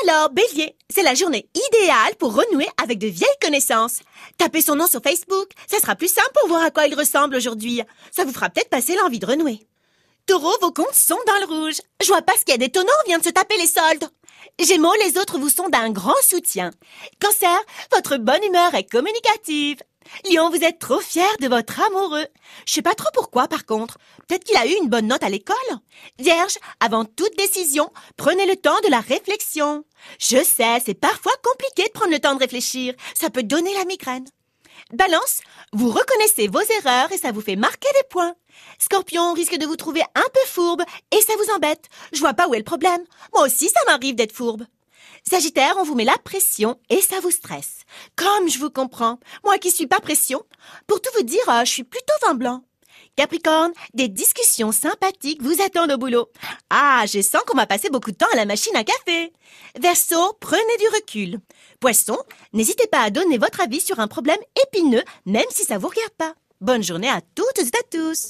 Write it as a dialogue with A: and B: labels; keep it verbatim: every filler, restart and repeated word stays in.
A: Alors, Bélier, c'est la journée idéale pour renouer avec de vieilles connaissances. Tapez son nom sur Facebook, ça sera plus simple pour voir à quoi il ressemble aujourd'hui. Ça vous fera peut-être passer l'envie de renouer. Taureau, vos comptes sont dans le rouge. Je vois pas ce qu'il y a d'étonnant, on vient de se taper les soldes. Gémeaux, les autres vous sont d'un grand soutien. Cancer, votre bonne humeur est communicative. Lion, vous êtes trop fier de votre amoureux. Je sais pas trop pourquoi, par contre. Peut-être qu'il a eu une bonne note à l'école. Vierge, avant toute décision, prenez le temps de la réflexion. Je sais, c'est parfois compliqué de prendre le temps de réfléchir. Ça peut donner la migraine. Balance, vous reconnaissez vos erreurs et ça vous fait marquer des points. Scorpion risque de vous trouver un peu fourbe et ça vous embête. Je vois pas où est le problème. Moi aussi, ça m'arrive d'être fourbe. Sagittaire, on vous met la pression et ça vous stresse. Comme je vous comprends, moi qui suis pas pression. Pour tout vous dire, euh, je suis plutôt vin blanc. Capricorne, des discussions sympathiques vous attendent au boulot. Ah, je sens qu'on va passer beaucoup de temps à la machine à café. Verseau, prenez du recul. Poisson, n'hésitez pas à donner votre avis sur un problème épineux, même si ça vous regarde pas. Bonne journée à toutes et à tous.